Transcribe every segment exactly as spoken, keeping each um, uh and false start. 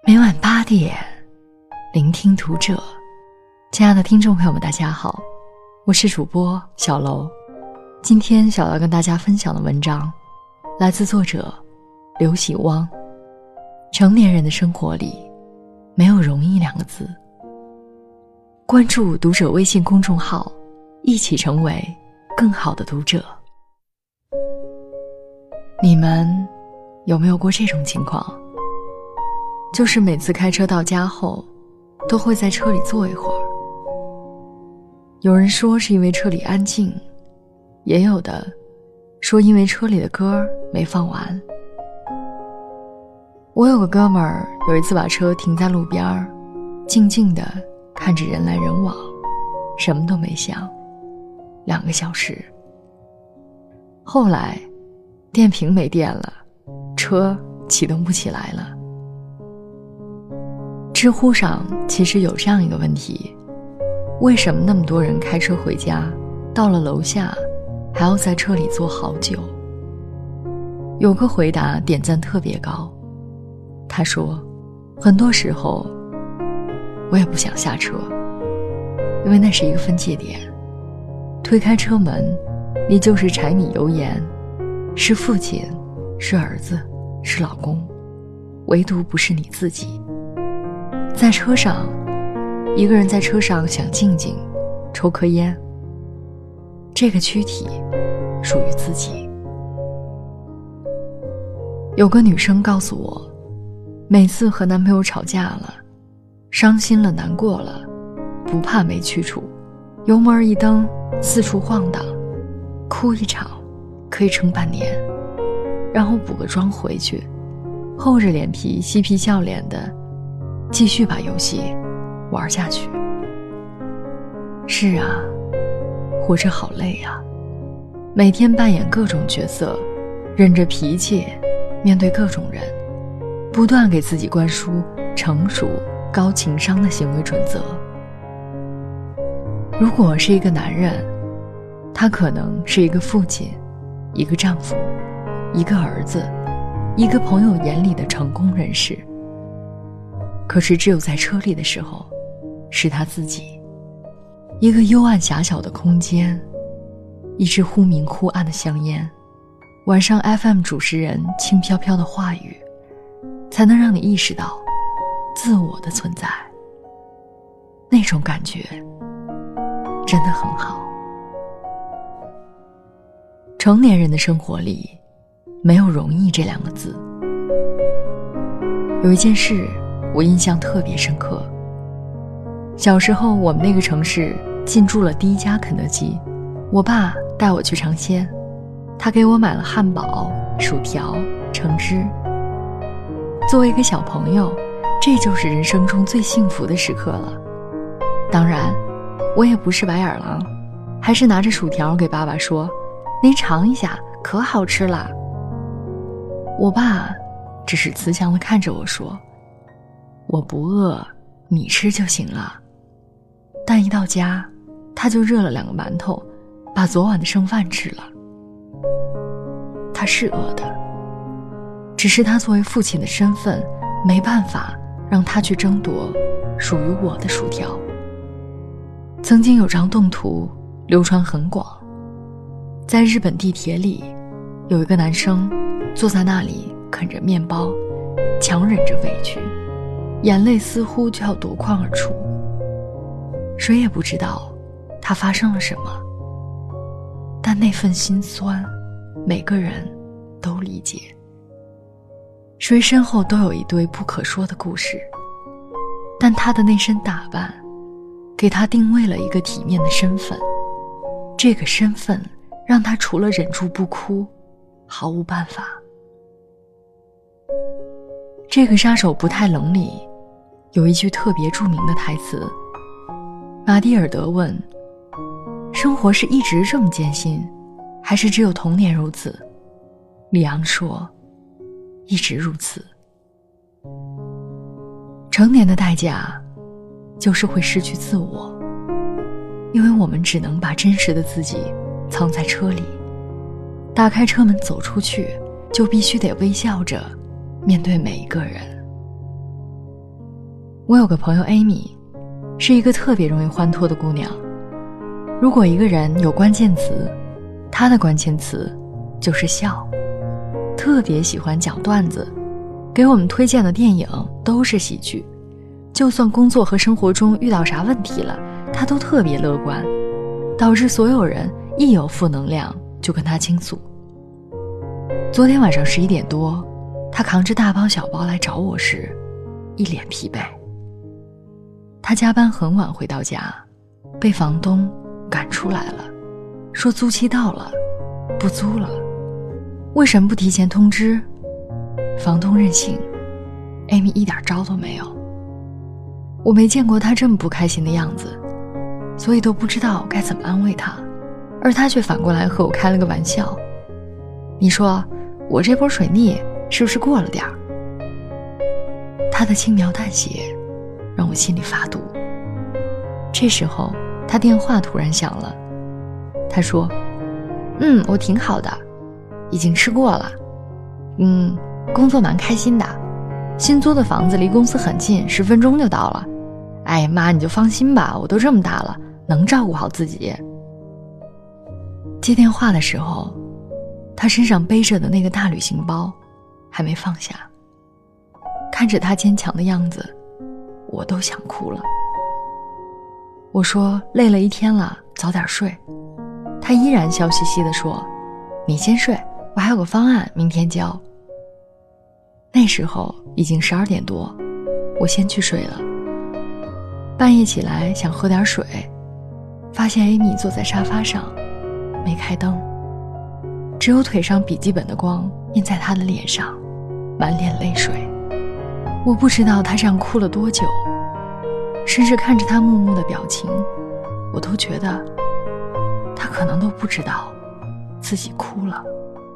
每晚八点，聆听读者。亲爱的听众朋友们，大家好，我是主播小楼。今天小楼跟大家分享的文章来自作者刘喜汪。成年人的生活里没有容易两个字。关注读者微信公众号，一起成为更好的读者。你们有没有过这种情况？就是每次开车到家后都会在车里坐一会儿。有人说是因为车里安静，也有的说因为车里的歌没放完。我有个哥们儿有一次把车停在路边，静静地看着人来人往，什么都没想，两个小时。后来电瓶没电了，车启动不起来了。知乎上其实有这样一个问题，为什么那么多人开车回家，到了楼下还要在车里坐好久？有个回答点赞特别高，他说，很多时候我也不想下车，因为那是一个分界点，推开车门，你就是柴米油盐，是父亲，是儿子，是老公，唯独不是你自己。在车上，一个人在车上想静静，抽颗烟，这个躯体属于自己。有个女生告诉我，每次和男朋友吵架了，伤心了，难过了，不怕没去处，油门一蹬，四处晃荡，哭一场可以撑半年，然后补个妆回去，厚着脸皮嬉皮笑脸的继续把游戏玩下去。是啊，活着好累啊，每天扮演各种角色，忍着脾气面对各种人，不断给自己灌输成熟高情商的行为准则。如果是一个男人，他可能是一个父亲，一个丈夫，一个儿子，一个朋友眼里的成功人士。可是只有在车里的时候，是他自己，一个幽暗狭小的空间，一支忽明忽暗的香烟，晚上 F M 主持人轻飘飘的话语，才能让你意识到自我的存在。那种感觉真的很好。成年人的生活里没有容易这两个字。有一件事我印象特别深刻。小时候我们那个城市进驻了第一家肯德基，我爸带我去尝鲜，他给我买了汉堡、薯条、橙汁。作为一个小朋友，这就是人生中最幸福的时刻了。当然我也不是白眼狼，还是拿着薯条给爸爸说，您尝一下，可好吃了。我爸只是慈祥地看着我说，我不饿，你吃就行了。但一到家，他就热了两个馒头，把昨晚的剩饭吃了。他是饿的，只是他作为父亲的身份，没办法让他去争夺属于我的薯条。曾经有张动图流传很广，在日本地铁里，有一个男生坐在那里啃着面包，强忍着委屈，眼泪似乎就要夺眶而出。谁也不知道他发生了什么，但那份心酸，每个人都理解。谁身后都有一堆不可说的故事，但他的那身打扮，给他定位了一个体面的身份。这个身份让他除了忍住不哭，毫无办法。这个杀手不太冷里有一句特别著名的台词，马蒂尔德问，生活是一直这么艰辛，还是只有童年如此？里昂说，一直如此。成年的代价就是会失去自我，因为我们只能把真实的自己藏在车里，打开车门走出去，就必须得微笑着面对每一个人。 我有个朋友 Amy， 是一个特别容易欢脱的姑娘。如果一个人有关键词，她的关键词就是笑，特别喜欢讲段子，给我们推荐的电影都是喜剧，就算工作和生活中遇到啥问题了，她都特别乐观，导致所有人一有负能量就跟她倾诉。昨天晚上十一点多，她扛着大包小包来找我时，一脸疲惫。她加班很晚回到家，被房东赶出来了，说租期到了，不租了。为什么不提前通知？房东任性， Amy 一点招都没有。我没见过她这么不开心的样子，所以都不知道该怎么安慰她，而她却反过来和我开了个玩笑。你说我这波水逆是不是过了点儿？她的轻描淡写让我心里发堵。这时候她电话突然响了，她说嗯，我挺好的，已经吃过了，嗯，工作蛮开心的，新租的房子离公司很近，十分钟就到了。哎妈，你就放心吧，我都这么大了，能照顾好自己。接电话的时候，他身上背着的那个大旅行包还没放下，看着他坚强的样子，我都想哭了。我说累了一天了，早点睡。他依然笑嘻嘻地说，你先睡，我还有个方案，明天交。那时候已经十二点多，我先去睡了。半夜起来想喝点水，发现 Amy 坐在沙发上，没开灯，只有腿上笔记本的光映在她的脸上，满脸泪水。我不知道她这样哭了多久，甚至看着她木木的表情，我都觉得她可能都不知道自己哭了。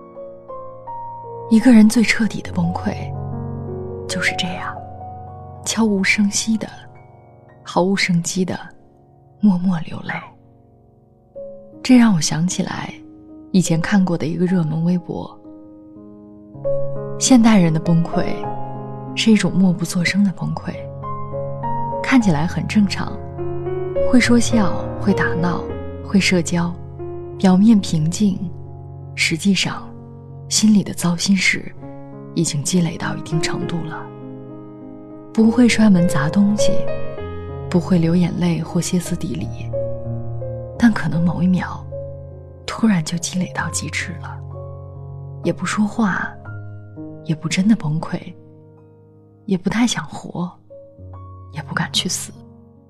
一个人最彻底的崩溃就是这样，悄无声息的，毫无生机的默默流泪。这让我想起来以前看过的一个热门微博，现代人的崩溃是一种默不作声的崩溃，看起来很正常，会说笑，会打闹，会社交，表面平静，实际上心里的糟心事已经积累到一定程度了。不会摔门砸东西，不会流眼泪或歇斯底里，但可能某一秒突然就积累到极致了，也不说话，也不真的崩溃，也不太想活，也不敢去死。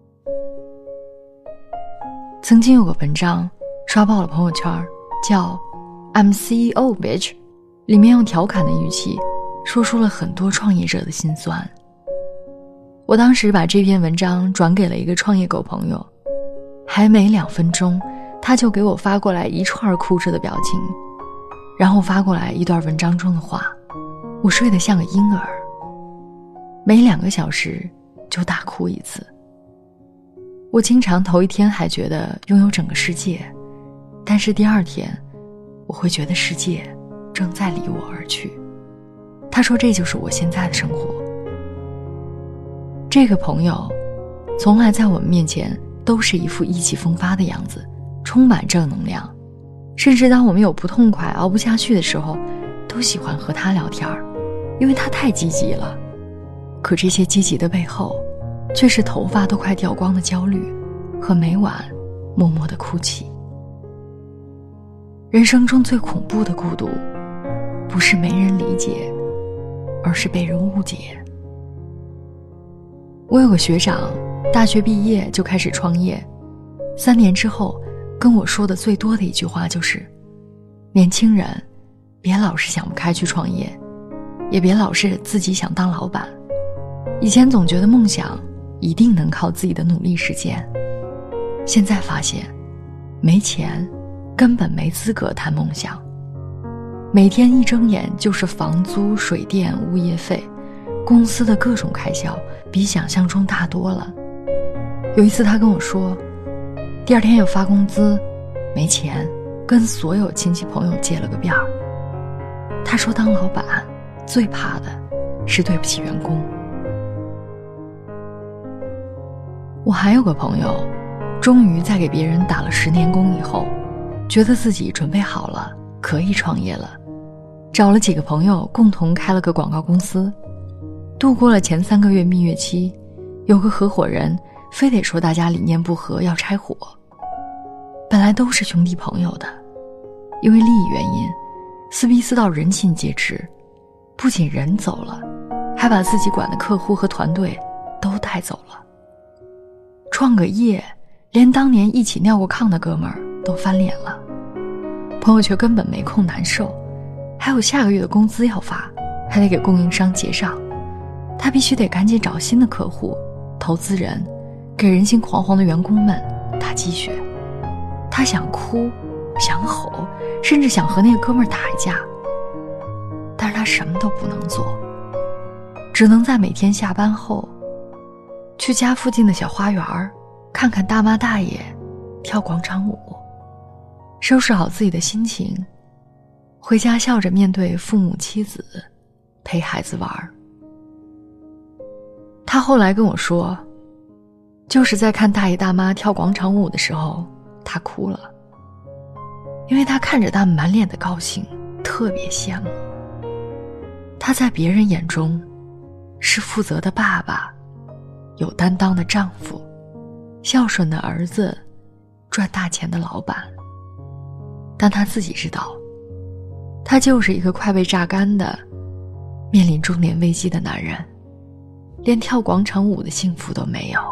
曾经有个文章刷爆了朋友圈，叫 I'm C E O bitch， 里面用调侃的语气说出了很多创业者的心酸。我当时把这篇文章转给了一个创业狗朋友，还没两分钟，他就给我发过来一串哭着的表情，然后发过来一段文章中的话。我睡得像个婴儿，每两个小时就大哭一次。我经常头一天还觉得拥有整个世界，但是第二天我会觉得世界正在离我而去。他说这就是我现在的生活。这个朋友从来在我们面前都是一副意气风发的样子，充满正能量，甚至当我们有不痛快熬不下去的时候，都喜欢和他聊天，因为他太积极了。可这些积极的背后，却是头发都快掉光的焦虑和每晚默默的哭泣。人生中最恐怖的孤独，不是没人理解，而是被人误解。我有个学长，大学毕业就开始创业，三年之后跟我说的最多的一句话就是，年轻人别老是想不开去创业，也别老是自己想当老板。以前总觉得梦想一定能靠自己的努力实现，现在发现没钱根本没资格谈梦想。每天一睁眼就是房租、水电、物业费，公司的各种开销比想象中大多了。有一次他跟我说，第二天要发工资，没钱，跟所有亲戚朋友借了个遍儿。他说当老板最怕的是对不起员工。 我还有个朋友，终于在给别人打了十年工以后，觉得自己准备好了，可以创业了，找了几个朋友共同开了个广告公司。度过了前三个月蜜月期，有个合伙人非得说大家理念不合要拆伙。本来都是兄弟朋友的，因为利益原因撕逼撕到人尽皆知，不仅人走了，还把自己管的客户和团队都带走了。创个业，连当年一起尿过炕的哥们儿都翻脸了，朋友却根本没空难受，还有下个月的工资要发，还得给供应商结账，他必须得赶紧找新的客户、投资人，给人心惶惶的员工们打鸡血。他想哭，想吼，甚至想和那个哥们儿打一架，但是他什么都不能做，只能在每天下班后去家附近的小花园看看大妈大爷跳广场舞，收拾好自己的心情，回家笑着面对父母妻子，陪孩子玩。他后来跟我说，就是在看大爷大妈跳广场舞的时候他哭了，因为他看着他们满脸的高兴，特别羡慕。他在别人眼中是负责的爸爸，有担当的丈夫，孝顺的儿子，赚大钱的老板。但他自己知道，他就是一个快被榨干的面临中年危机的男人，连跳广场舞的幸福都没有。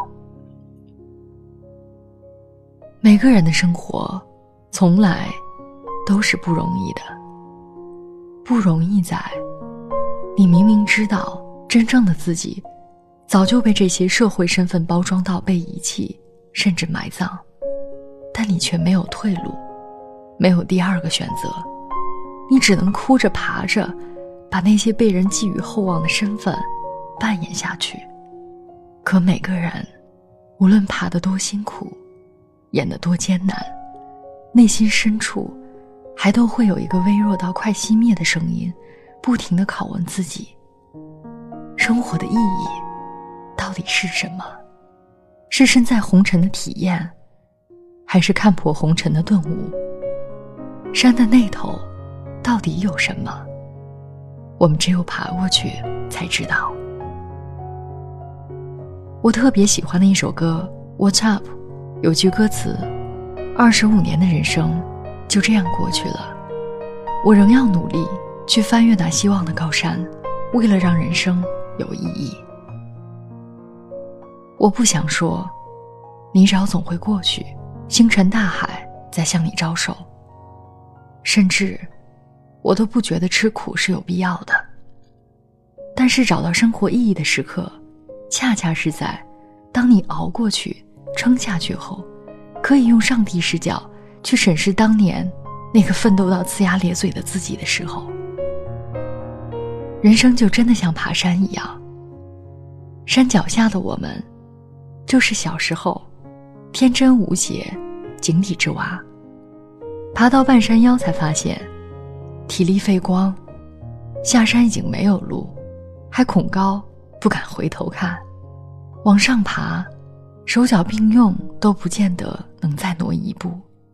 每个人的生活从来都是不容易的，不容易在你明明知道真正的自己早就被这些社会身份包装到被遗弃甚至埋葬，但你却没有退路，没有第二个选择，你只能哭着爬着把那些被人寄予厚望的身份扮演下去。可每个人无论爬得多辛苦，演得多艰难，内心深处还都会有一个微弱到快熄灭的声音，不停地拷问自己，生活的意义到底是什么？是身在红尘的体验，还是看破红尘的顿悟？山的那头到底有什么？我们只有爬过去才知道。我特别喜欢的一首歌 What's Up， 有句歌词，二十五年的人生就这样过去了，我仍要努力去翻越那希望的高山，为了让人生有意义。我不想说泥沼总会过去，星辰大海在向你招手，甚至我都不觉得吃苦是有必要的。但是找到生活意义的时刻，恰恰是在当你熬过去撑下去后，可以用上帝视角去审视当年那个奋斗到呲牙咧嘴的自己的时候。人生就真的像爬山一样，山脚下的我们就是小时候天真无邪井底之蛙，爬到半山腰才发现体力废光，下山已经没有路，还恐高不敢回头看，往上爬手脚并用都不见得能再挪一步。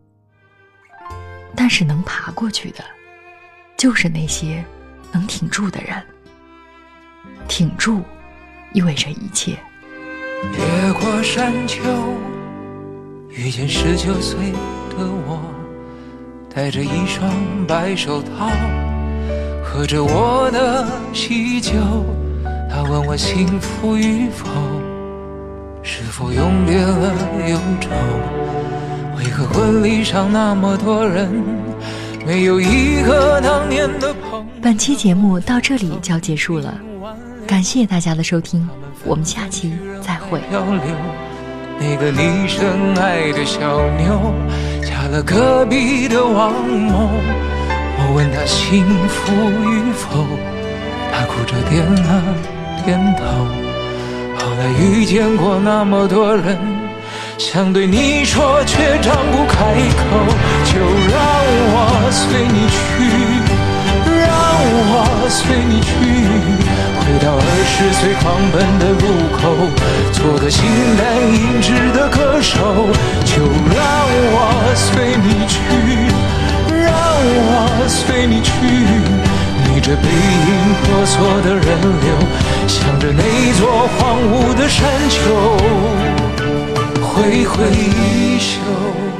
但是能爬过去的就是那些能挺住的人，挺住意味着一切。 越过山丘，遇见十九岁的我，戴着一双白手套，喝着我的喜酒。他问我幸福与否，是否永别了忧愁？为何婚礼上那么多人，没有一个当年的朋友？ 本期节目到这里就要结束了，感谢大家的收听，我们下期再会。 那个你深爱的小妞嫁了隔壁的王某，我问她幸福与否，她哭着点了点头。后来遇见过那么多人，想对你说却张不开口，就让我随你去，让我随你去，回到二十岁狂奔的路口，做个形单影只的歌手，就让我随你去，让我随你去。你这背影婆娑的人流，向着那座荒芜的山丘挥挥衣袖。